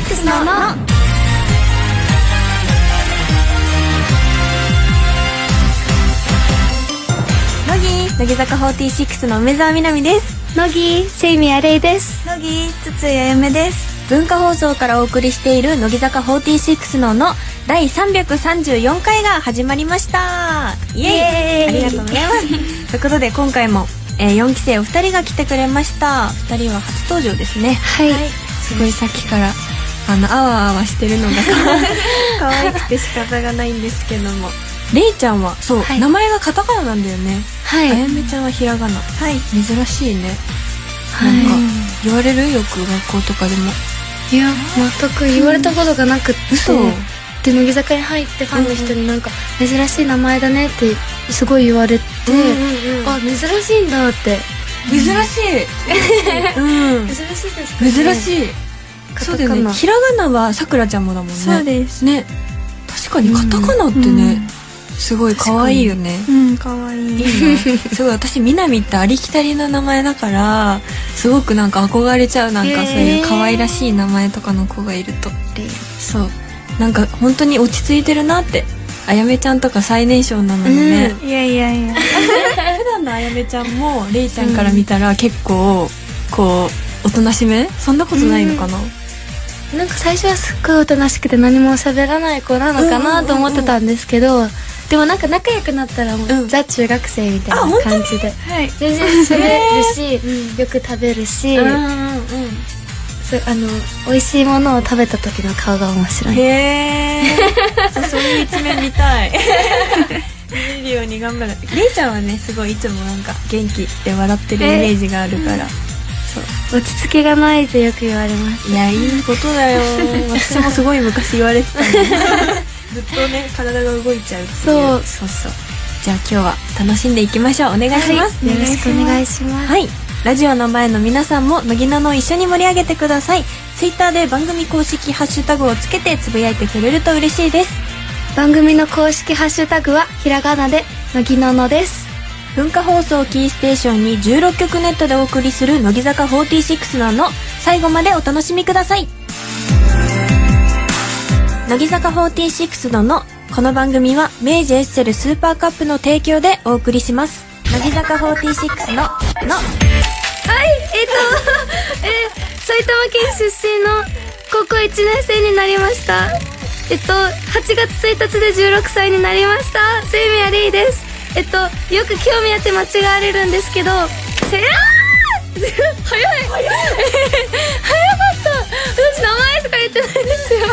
46の乃木坂46の梅澤美波です。 乃木セイミアレイです。 乃木筒井あやめです。 文化放送からお送りしている乃木坂46の第334回が始まりました。イエーイ、ありがとうございますということで今回も、4期生お二人が来てくれました。2人は初登場ですね。 はい、 すごいさっきからあわあわしてるのが可愛くて仕方がないんですけども、レイちゃんはそう、はい、名前がカタカナなんだよね。 はい。 あやめちゃんはひらがな。 はい。 珍しいね。 はい。 なんか言われる？よく学校とかでも。 いや、全く言われたことがなくって。 嘘。 で、乃木坂に入ってファンの人になんか、珍しい名前だねってすごい言われて、あ、珍しいんだって。 珍しい。 珍しいですかね。 珍しい。そうだよね。ひらがなはさくらちゃんもだもんね。 そうです。 ね。確かにカタカナってね、すごい可愛いよね。 可愛い。 いいな。すごい私みなみってありきたりな名前だから、すごくなんか憧れちゃう。なんかそういう可愛らしい名前とかの子がいると。そう。なんか本当に落ち着いてるなって。あやめちゃんとか最年少なのにね。 いやいやいや。 普段のあやめちゃんもレイちゃんから見たら結構こうおとなしめ？そんなことないのかな？ なんか最初はすっごいおとなしくて何も喋らない子なのかなと思ってたんですけど、でもなんか仲良くなったらもう、ザ中学生みたいな感じで、全然喋るし、よく食べるし、美味しいものを食べた時の顔が面白い。 へーそういう一面見たい見るように頑張る。レイちゃんはねすごいいつもなんか元気で笑ってるイメージがあるから、 落ち着きがないってよく言われます。 いや、いいことだよ私もすごい昔言われてたんでずっとね体が動いちゃうっていう。そうじゃあ今日は楽しんでいきましょう。お願いします、 よろしくお願いします。 はい、ラジオの前の皆さんも乃木菜の一緒に盛り上げてください。ツイッターで番組公式ハッシュタグをつけてつぶやいてくれると嬉しいです。 番組の公式ハッシュタグはひらがなで乃木菜のです。 文化放送キーステーションに16曲ネットでお送りする乃木坂46の最後までお楽しみください。乃木坂46のこの番組は明治エッセルスーパーカップの提供でお送りします。乃木坂46の埼玉県出身の高校1年生になりました。8月1日で16歳になりました。セイミアレイです。よく興味あって間違われるんですけど、早い早かった私名前とか言ってないですよ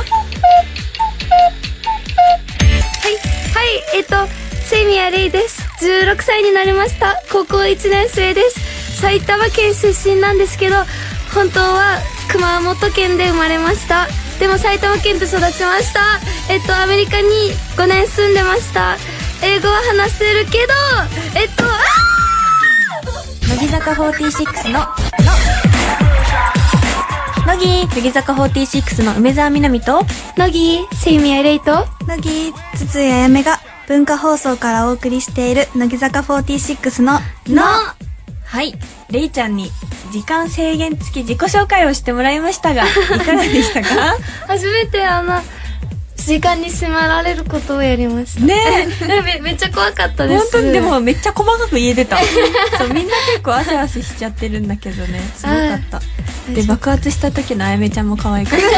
セイミアレイです。16歳になりました。高校1年生です。埼玉県出身なんですけど、本当は熊本県で生まれました。でも埼玉県で育ちました。アメリカに5年住んでました。英語は話せるけど乃木坂46の乃木坂46の梅澤美波と乃木セイミアレイと乃木筒井あやめが文化放送からお送りしている乃木坂46のはい、レイちゃんに時間制限付き自己紹介をしてもらいましたがいかがでしたか？ 初めて時間に迫られることをやりましたねめっちゃ怖かったです。 本当にでもめっちゃ細かく言えてたそうみんな結構汗汗しちゃってるんだけどね、すごかった。で爆発した時のあやめちゃんも可愛かった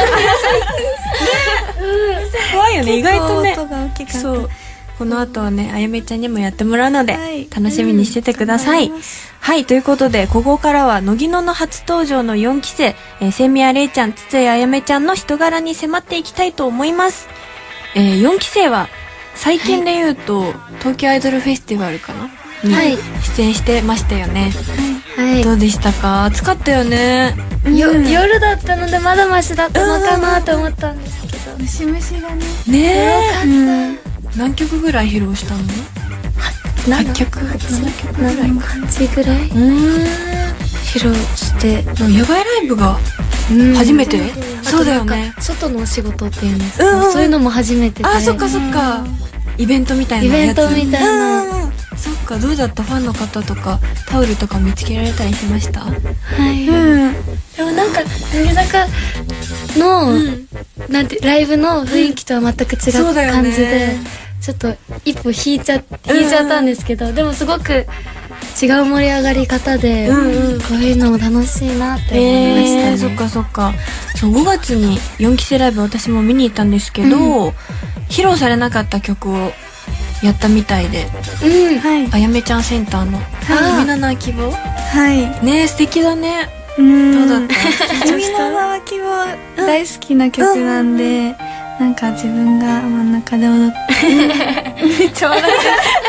怖いよね意外とね。 音が大きかった。 そうこの後はねあやめちゃんにもやってもらうので、楽しみにしててください。はい、ということでここからは乃木野の初登場の4期生、セイミアレイちゃん、筒井あやめちゃんの人柄に迫っていきたいと思います。4期生は最近で言うと、東京アイドルフェスティバルかなに出演してましたよね。どうでしたか？暑かったよね。 夜だったのでまだマシだったのかなと思ったんですけど、 ムシムシがね。 ねえ。何曲ぐらい披露したの？8曲 8ぐらい披露して、 野外ライブが初めて？そうだよね。 外のお仕事っていうんですか、そういうのも初めてで。 あ、そっかそっか。イベントみたいなやつ。 イベントみたいな。 そっか、どうだった？ファンの方とかタオルとか見つけられたりしました？ はい。でもなんか乃木坂の、なんてライブの雰囲気とは全く違った感じで、ちょっと一歩引いちゃったんですけど、でもすごく違う盛り上がり方で、こういうのも楽しいなって思いましたね。 そっかそっか。そう5月に4期生ライブ私も見に行ったんですけど、披露されなかった曲をやったみたいで、あやめちゃんセンターの「君の名は希望」ね、素敵だね。どうだった？ 君の名は希望大好きな曲なんで、なんか自分が真ん中で踊ってめっちゃ笑って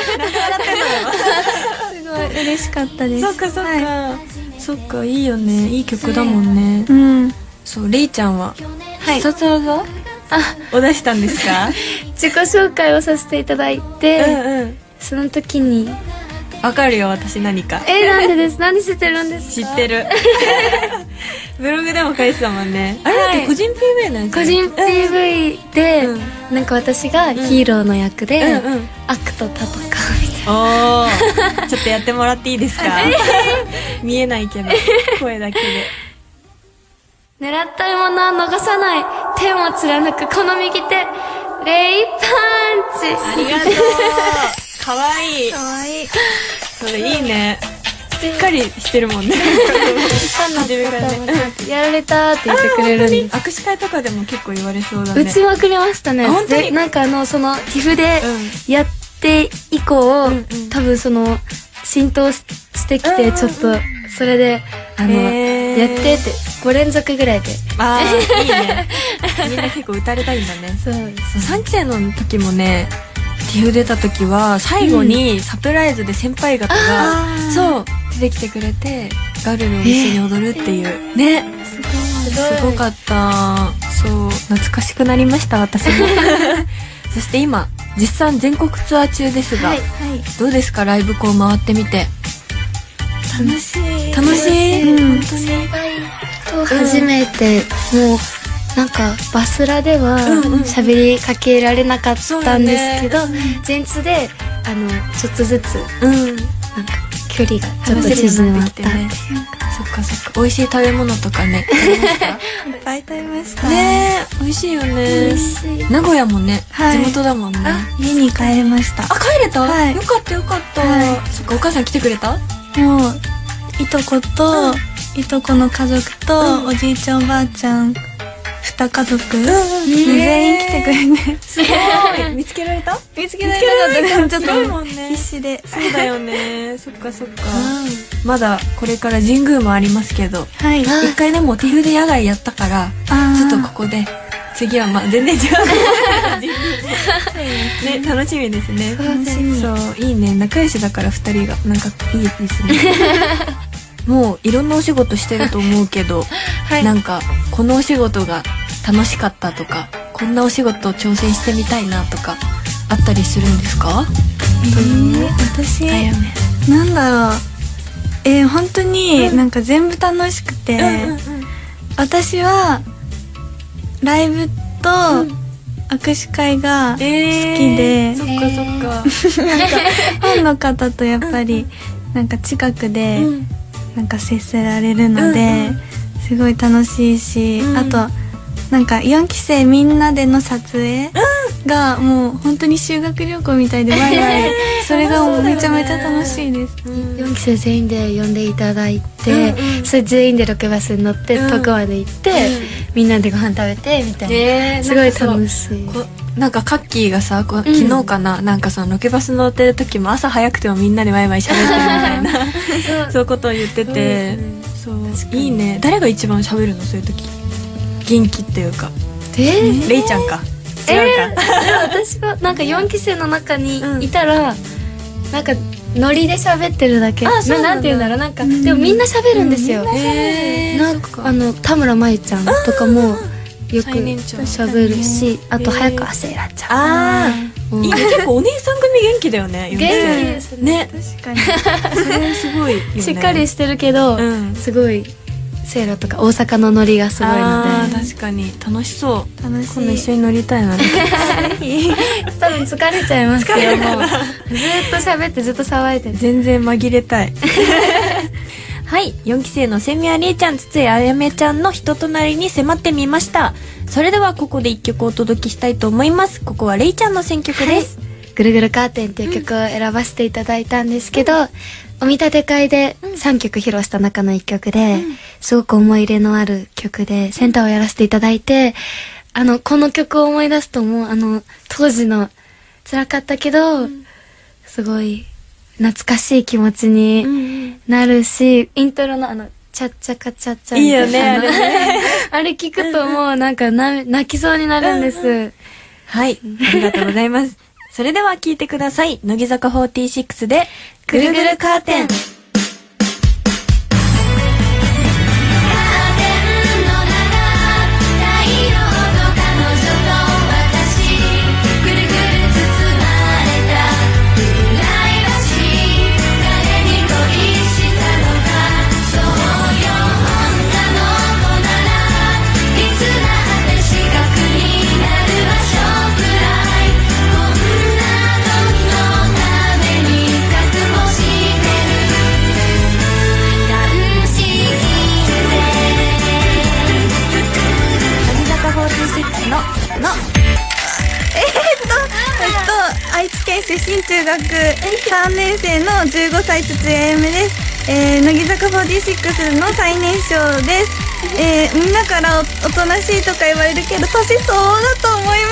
る。すごい嬉しかったです。 そっかそっか、そっか、いいよね、いい曲だもんね。そう、レイちゃんは必殺技を出したんですか？ 自己紹介をさせていただいて、その時にわかるよ、私何か。 なんでです？何知ってるんですか？ 知ってる。ブログでも書いてたもんね。あれだって個人 PV なんですか？ 個人 PV で、なんか私がヒーローの役で、悪と戦うみたいな。おー、ちょっとやってもらっていいですか？見えないけど、声だけで。 狙った獲物は逃さない、天を貫くこの右手、レイパンチ。 ありがとう。かわいい。 かわいい。 それいいね。しっかりしてるもんね。 やられたって言ってくれるんです。 握手会とかでも結構言われそうだね。 うちもくれましたね。 本当に？ なんかその TIFF でやって以降、多分その浸透してきて、ちょっとそれでやってって5連続ぐらいで。 ああ、いいね。みんな結構歌れたいんだね。そう3期生の時もね、TIFF 出た時は最後にサプライズで先輩方が、そう出てきてくれてガルルを一緒に踊るっていうね。すごかった。そう、懐かしくなりました私も。そして今実際全国ツアー中ですが、どうですか、ライブこう回ってみて。 楽しい。 本当に先輩と初めて、もうなんかバスラでは喋りかけられなかったんですけど、前通でちょっとずつなんか距離がちょっと縮まったっていうか。 そっかそっか。美味しい食べ物とかね、食べました？ いっぱい食べました。 ねえ、美味しいよね。名古屋もね、地元だもんね。 家に帰れました。 あ、帰れた？よかったよかった。そっか、お母さん来てくれた？ もういとこといとこの家族とおじいちゃんおばあちゃん2家族全員来てくれて、 すごい。見つけられた？ 見つけられなかった。ちょっと必死で。 そうだよね。そっかそっか。まだこれから神宮もありますけど、一回でもTIFFで野外やったから、ちょっとここで次は全然違う。ね、楽しみですね。そう、いいね。仲良しだから2人がなんかいいですね。もういろんなお仕事してると思うけど、なんかこのお仕事が楽しかったとか、こんなお仕事を挑戦してみたいなとかあったりするんですか？ 私なんだろう、本当になんか全部楽しくて、私はライブと握手会が好きで、 そっかそっか。 なんかファンの方とやっぱりなんか近くでなんか接せられるので、すごい楽しいし、あとなんか4期生みんなでの撮影がもう本当に修学旅行みたいで、ワイワイそれがもうめちゃめちゃ楽しいです。 4期生全員で呼んでいただいて、それ全員でロケバスに乗って遠くまで行って、みんなでご飯食べてみたいな、すごい楽しい。 なんかカッキーがさ、昨日かな、なんかそのロケバス乗ってる時も朝早くてもみんなでワイワイ喋ってるみたいなそういうことを言ってて、そういいね。誰が一番喋るの、そういう時？元気っていうか。レイちゃんか。違うか。 私はなんか4期生の中にいたら、なんかノリで喋ってるだけ。なんて言うんだろう、なんかでもみんな喋るんですよ。なんか田村真由ちゃんとかもよく喋るし、あと早川せいらちゃん。 いいね。結構お姉さん組元気だよね。 元気ですね。 確かに。 それすごいよね。 しっかりしてるけど、すごいセイラとか大阪のノリがすごいので。 確かに楽しそう。 楽しい。 今度一緒に乗りたいな。 多分疲れちゃいますけども、ずっと喋ってずっと騒いで全然紛れたい。 はい、4期生の千宮玲ちゃん、筒井あやめちゃんの人となりに迫ってみました。それではここで1曲お届けしたいと思います。ここは玲ちゃんの選曲です。 ぐるぐるカーテンっていう曲を選ばせていただいたんですけど、お見立て会で3曲披露した中の1曲で、すごく思い入れのある曲でセンターをやらせていただいて、この曲を思い出すともう当時の辛かったけど、すごい懐かしい気持ちになるし、イントロのチャッチャカチャッチャいいよね、 あれ聞くともうなんか泣きそうになるんです。 はい、ありがとうございます。それでは聴いてください。乃木坂46でぐるぐるカーテン。 愛知県出身中学3年生の15歳筒井あやめです。乃木坂46の最年少です。みんなからおとなしいとか言われるけど年相応だと思います。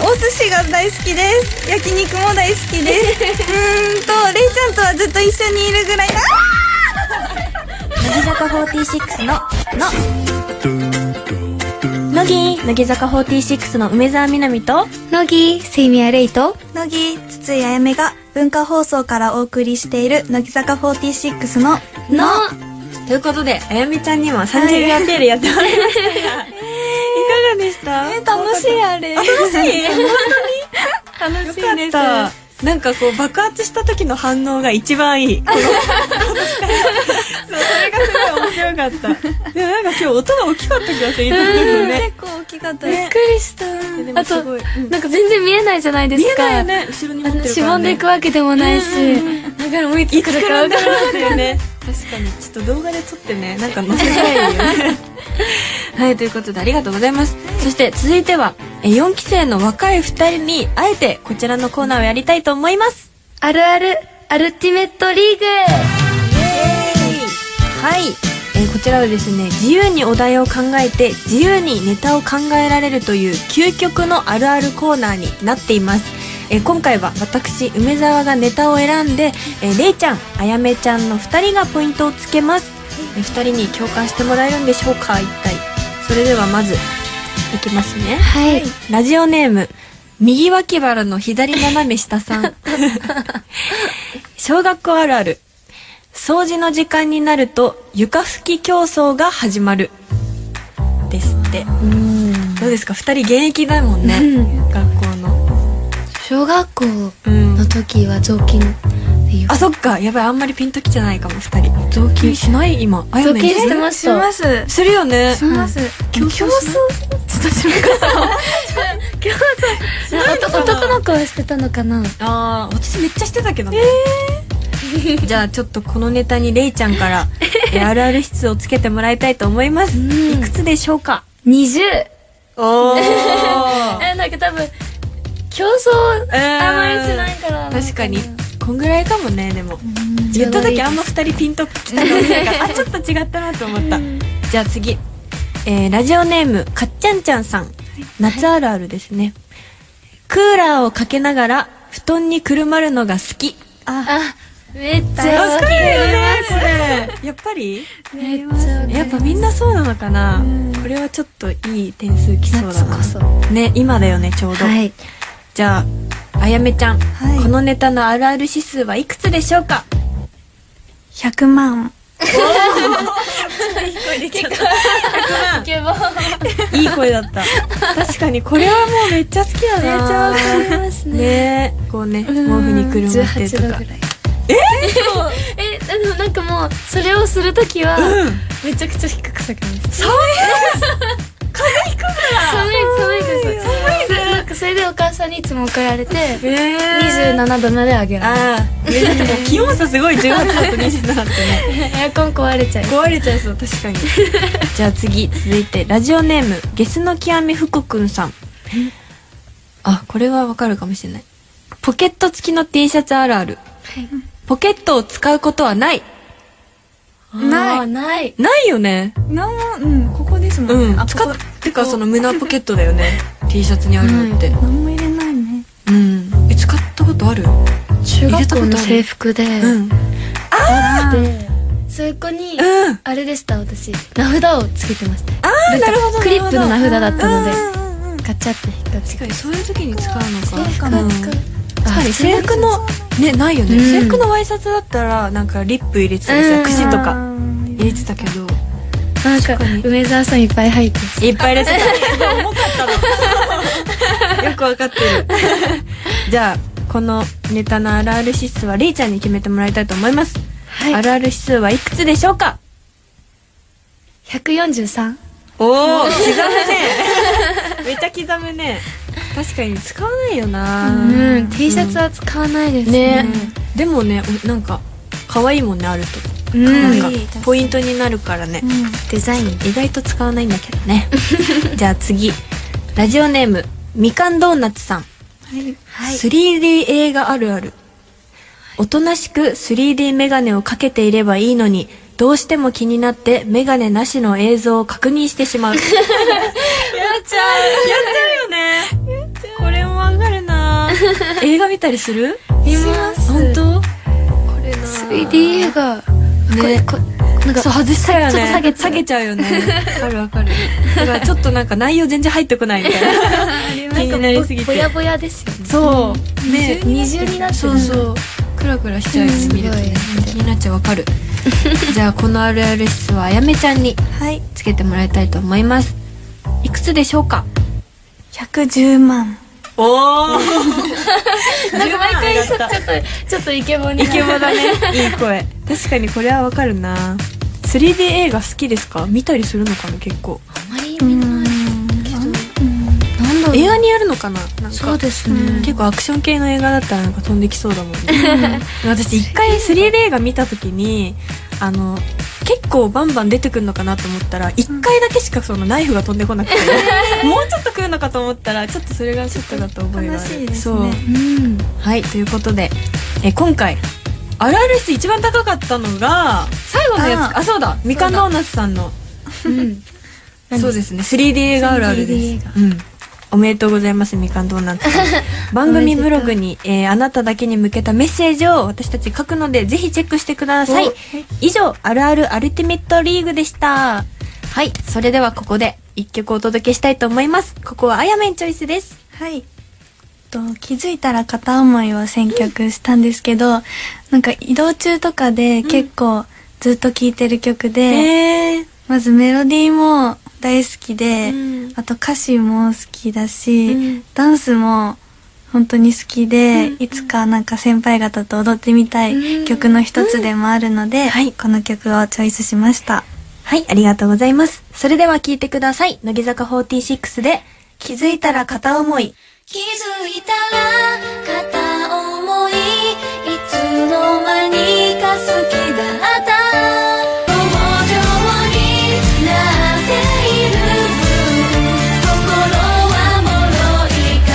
お寿司が大好きです。焼肉も大好きです。レイちゃんとはずっと一緒にいるぐらい。 乃木坂46の乃木坂46の梅澤美波と乃木セイミヤレイと乃木筒井あやめが文化放送からお送りしている乃木坂46のということで、あやめちゃんにも30秒アピールやってもらいましたがいかがでした？ 楽しいあれ。 楽しい本当に楽しいです。 なんかこう爆発した時の反応が一番いい。そう、それがすごい面白かった。でもなんか今日音が大きかった気がする。 結構大きかった。 びっくりした。あとなんか全然見えないじゃないですか。 見えないよね。後ろに持ってるからね。 しぼんでいくわけでもないし、だからもういつ来るか分からないよね。 確かにちょっと動画で撮ってね、なんか載せたいよね。はい、ということでありがとうございます。そして続いては4期生の若い2人にあえてこちらのコーナーをやりたいと思います。 あるあるアルティメットリーグ。 はい、こちらはですね、自由にお題を考えて自由にネタを考えられるという究極のあるあるコーナーになっています。今回は私梅澤がネタを選んで、れいちゃんあやめちゃんの2人がポイントをつけます。2人に共感してもらえるんでしょうか、一体。それではまずいきますね。 はい。 ラジオネーム右脇腹の左斜め下さん。小学校あるある。掃除の時間になると床拭き競争が始まるですって。どうですか、2人現役だもんね、学校の。 小学校の時は雑巾っていう、 あ、そっか、やばい、あんまりピンときてないかも。2人雑巾しない？今雑巾してました。 するよね。 します。 競争男の子はしてたのかな。 あー、私めっちゃしてたけどね。じゃあちょっとこのネタにれいちゃんからあるある質をつけてもらいたいと思います。いくつでしょうか ？20。 おー。 なんか多分競争あまりしないから。 確かにこんぐらいかもね。でも言った時あんま2人ピンときたのがあ、ちょっと違ったなと思った。じゃあ次、ラジオネームかっちゃんちゃんさん。夏あるあるですね。クーラーをかけながら布団にくるまるのが好き。 めっちゃわかるよね、これ。やっぱりめっちゃやっぱみんなそうなのかな。これはちょっといい点数きそうだな。ね、今だよね、ちょうど。 はい。 じゃああやめちゃん、 はい、 このネタのあるある指数はいくつでしょうか ？100万。 いい声出ちゃった。いい声だった。確かにこれはもうめっちゃ好きだな。 めっちゃわかりますね。 ね、こうね、毛布にくるまってとか。 でもなんかもうそれをするときはめちゃくちゃ低く下げます。 そういうかなんかそれでお母さんにいつも怒られて、27度まで上げられる。 ああ、気温差すごい、18度と27ってね。 エアコン壊れちゃいそう、確かに。じゃあ次、続いてラジオネームゲスの極み福くんさん。あ、これはわかるかもしれない。ポケット付きの T シャツあるある。ポケットを使うことはない。 ないよね。 ここですもんね。 使ってかその胸ポケットだよね。T シャツにあるのって。 何も入れないね。 使ったことある？ 中学校の制服で、そこにあれでした、私名札をつけてました。 なるほど。 クリップの名札だったのでガチャって引っ掛けて。 確かにそういう時に使うのか。 そうかも。 確かに制服のね、ないよね。制服のワイシャツだったらなんかリップ入れてたりさ、櫛とか入れてたけど、 なんか梅沢さんいっぱい入っていっぱい入れてた。重かったの。よくわかってる。じゃあこのネタのあるある指数はレイちゃんに決めてもらいたいと思います。あるある指数はいくつでしょうか ？143。 おお、刻むね。めっちゃ刻むね。確かに使わないよな。 T シャツは使わないですね。でもね、なんか可愛いもんね、あるとなんかポイントになるからね。 デザイン意外と使わないんだけどね。じゃあ次、ラジオネームみかんドーナツさん。3D 映画あるある。おとなしく 3D メガネをかけていればいいのに、どうしても気になってメガネなしの映像を確認してしまう。やっちゃうよね。これもわかるな。映画見たりする？ 見ます。 本当？これな。 3D 映画ね。なんかそう外したよね。 ちょっと下げちゃうよね。わかる。だからちょっとなんか内容全然入ってこないみたいな。気になりすぎて。 ぼやぼやですよね。 そう。ね、 二重になってる。 そうそう。クラクラしちゃうよね、見るとね。気になっちゃう、わかる。じゃあこのあるある指数はあやめちゃんにつけてもらいたいと思います。いくつでしょうか ？110万。 おお。 なんか毎回ちょっとイケボに。 イケボだね。いい声。確かにこれはわかるな。3D 映画好きですか？見たりするのかな、結構。 あまり見ないけど。 映画にやるのかな。なんかそうですね。 結構アクション系の映画だったらなんか飛んできそうだもんね。私一回 3D 映画見た時に結構バンバン出てくるのかなと思ったら1回だけしかそのナイフが飛んでこなくて、もうちょっと来るのかと思ったらちょっとそれがショックだった覚えがある。 悲しいですね。 そう、はい、ということで今回あるある数一番高かったのが最後のやつ。そうだ、みかんドーナツさんのそうですね、3D 映画あるあるです。おめでとうございます、みかんドーナツさん。番組ブログに、あなただけに向けたメッセージを私たち書くのでぜひチェックしてください。以上、あるあるアルティメットリーグでした。はい、それではここで一曲お届けしたいと思います。ここはあやめんチョイスです。 はい。気づいたら片思いを選曲したんですけど、なんか移動中とかで結構ずっと聴いてる曲で、まずメロディーも大好きで、あと歌詞も好きだし、ダンスも本当に好きで、いつかなんか先輩方と踊ってみたい曲の一つでもあるので、この曲をチョイスしました。 はい、ありがとうございます。それでは聴いてください。乃木坂46で気づいたら片思い。 気づいたら片思い、いつの間にか好きだった友情になっている心は脆いか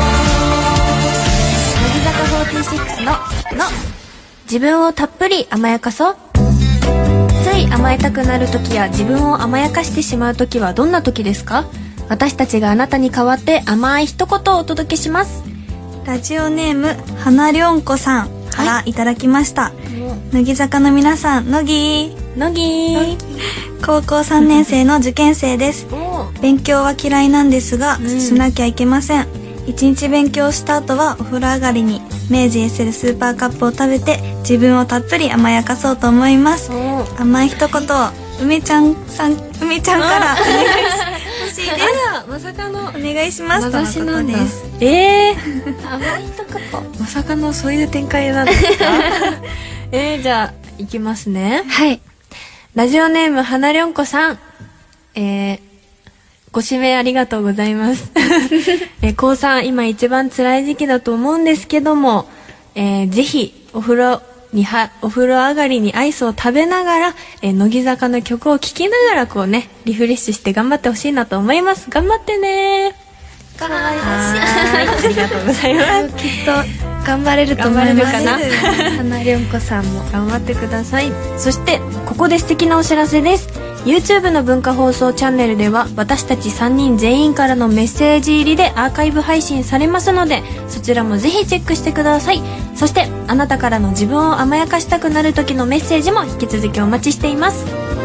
も。乃木坂46の自分をたっぷり甘やかそう。つい甘えたくなる時や自分を甘やかしてしまう時はどんな時ですか？私たちがあなたに代わって甘い一言をお届けします。 ラジオネーム花りょんこさんからいただきました。乃木坂の皆さん、乃木高校3年生の受験生です。勉強は嫌いなんですが、しなきゃいけません。一日勉強した後はお風呂上がりに明治エッセルスーパーカップを食べて自分をたっぷり甘やかそうと思います。甘い一言を梅ちゃんからお願いし欲しいです。 まさかのお願いします。 名指しなんです。 甘い一言。 まさかのそういう展開なんですか？じゃあいきますね。 はい。 ラジオネーム花りょんこさん、 ご指名ありがとうございます高3今一番辛い時期だと思うんですけども、ぜひお風呂上がりにアイスを食べながら、乃木坂の曲を聴きながらこうねリフレッシュして頑張ってほしいなと思います。頑張ってね。 かわいはいありがとうございますきっと頑張れると思います。 頑張れるかな花りょんこさんも頑張ってください。そしてここで素敵なお知らせです。 YouTube の文化放送チャンネルでは私たち3人全員からのメッセージ入りでアーカイブ配信されますので、そちらもぜひチェックしてください。そしてあなたからの自分を甘やかしたくなる時のメッセージも引き続きお待ちしています。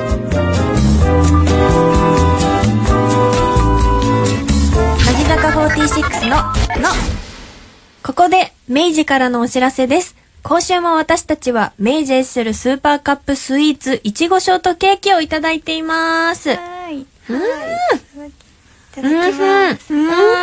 乃木坂46のここで明治からのお知らせです。今週も私たちは明治エッセルスーパーカップスイーツいちごショートケーキをいただいています。 はい。いただきます。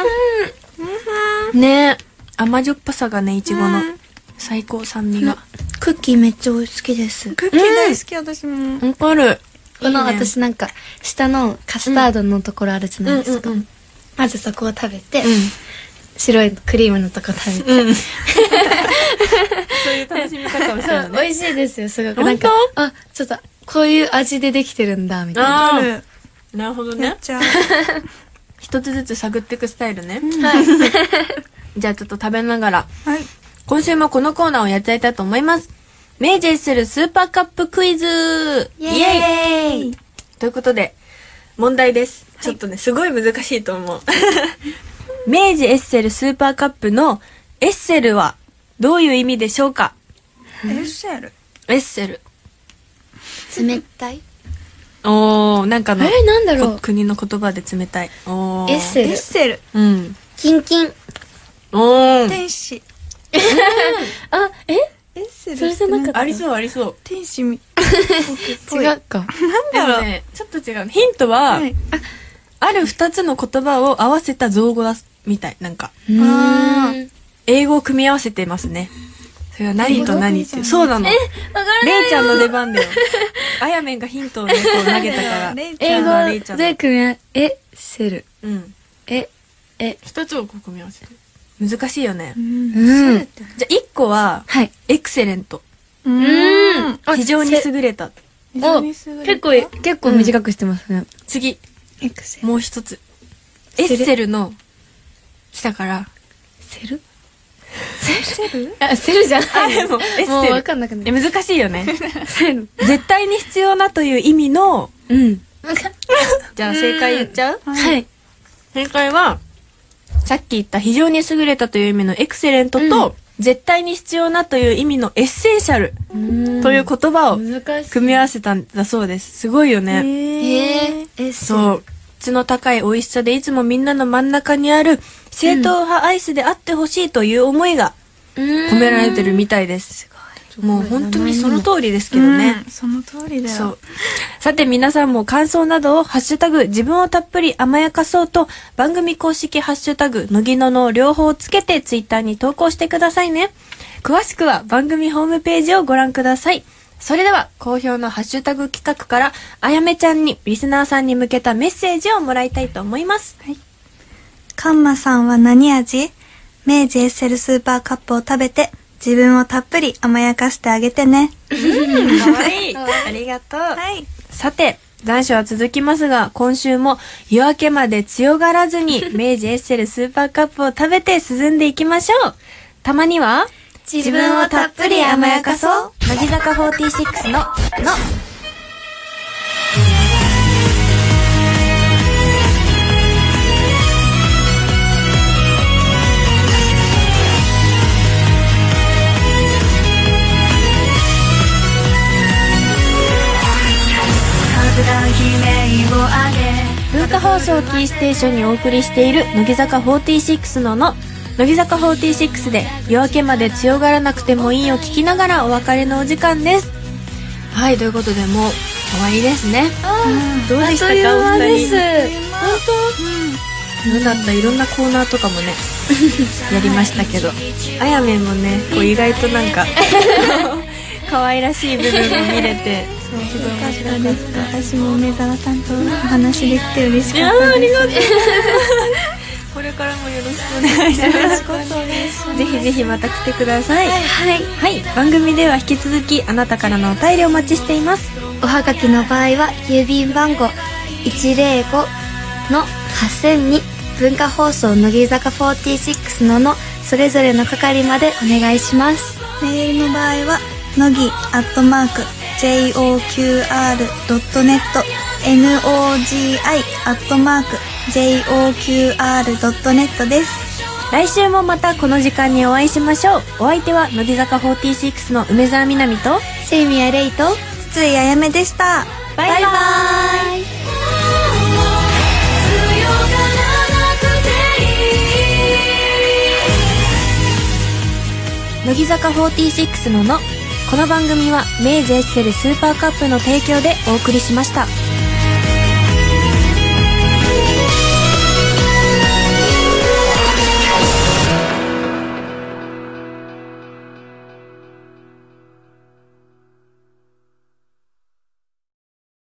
ねえ、甘じょっぱさがね、いちごの最高酸味が。 クッキーめっちゃ好きです。 クッキー大好き、私も。 わかる。 このいいね私なんか下のカスタードのところあるじゃないですか。まずそこを食べて、白いクリームのとこ食べて、 そういう楽しみ方をしたのね。 美味しいですよ、すごく。 本当？ なんか、ちょっとこういう味でできてるんだみたいな。 あある。 あ、なるほどね。 やっちゃう。 一つずつ探っていくスタイルね。 はい。 じゃあちょっと食べながら、 はい。 今週もこのコーナーをやっちゃいたいと思います。明治エッセルスーパーカップクイズイエーイ。 ということで、問題です。ちょっとね、すごい難しいと思う。明治エッセルスーパーカップのエッセルはどういう意味でしょうか？ エッセル。 エッセル。 冷たい。 おー、なんかの、 なんだろう。 国の言葉で冷たい。おー。 エエッセル。 ッセル。 うん。 キンキン。 おー。 天使。 あ、 エッセル。 それじゃなかったありそうありそう。 天使み。 違うか。 でもね、ちょっと違う。ヒントは、 はい。 ある二つの言葉を合わせた造語だみたい。なんか、 あー英語を組み合わせてますね。それは何と何って。そうなの。 わからない。 レイちゃんの出番だよ。あやめんがヒントをね、こう投げたから。 レイちゃ英ん。 レイちゃん語で組み合わせ、エッセル。 うん。一つをこう組み合わせて。難しいよね。 うん。 うん。 じゃあ一個は、 はい。 エクセレント。 うん。 非常に優れた。 非常に優れた結構短くしてますね。 次、 エクセル。 もう一つ。エッセルの下から、 セルセル？ あ、セルじゃない。 もうエッセルもうわかんなくなる。 難しいよね。 セル。 絶対に必要なという意味の、 うん。 じゃあ正解言っちゃう？ はい。 正解は、さっき言った非常に優れたという意味のエクセレントと、絶対に必要なという意味のエッセンシャルという言葉を難しい。 組み合わせたんだそうです。すごいよね。 へー。 エッセル。 そう。質の高い美味しさでいつもみんなの真ん中にある正統派アイスであってほしいという思いが込められてるみたいです。もう本当にその通りですけどね。 うんその通りだよ。 そう。さて皆さんも感想などをハッシュタグ自分をたっぷり甘やかそうと番組公式ハッシュタグのぎのの両方をつけてツイッターに投稿してくださいね。詳しくは番組ホームページをご覧ください。それでは好評のハッシュタグ企画からあやめちゃんにリスナーさんに向けたメッセージをもらいたいと思います。 カンマさんは何味？明治エッセルスーパーカップを食べて自分をたっぷり甘やかしてあげてね。 かわいい。ありがとう。 はい。 さて、残暑は続きますが、今週も夜明けまで強がらずに明治エッセルスーパーカップを食べて涼んでいきましょう。たまには自分をたっぷり甘やかそう。 乃木坂46の文化放送キーステーションにお送りしている乃木坂46の乃木坂46で夜明けまで強がらなくてもいいを聞きながらお別れのお時間です。はい、ということでもう終わりですね。どうでしたかお二人。どうだった？いろんなコーナーとかもねやりましたけど、あやめんもねこう意外となんか可愛らしい部分も見れてそうよかったです。私も梅沢さんとお話できて嬉しかったです。ありがとうこれからもよろしくお願いします。ぜひぜひまた来てください。はい、番組では引き続きあなたからのお便りをお待ちしています。 おはがきの場合は郵便番号 105-8000 に文化放送乃木坂46のそれぞれの係までお願いします。 メールの場合は乃木@joqr.net nogi@joqr.net です。 来週もまたこの時間にお会いしましょう。お相手は乃木坂46の梅澤美波と清宮レイと筒井あやめでした。 バイバイ。乃木坂46のこの番組は明治エッセルスーパーカップの提供でお送りしました。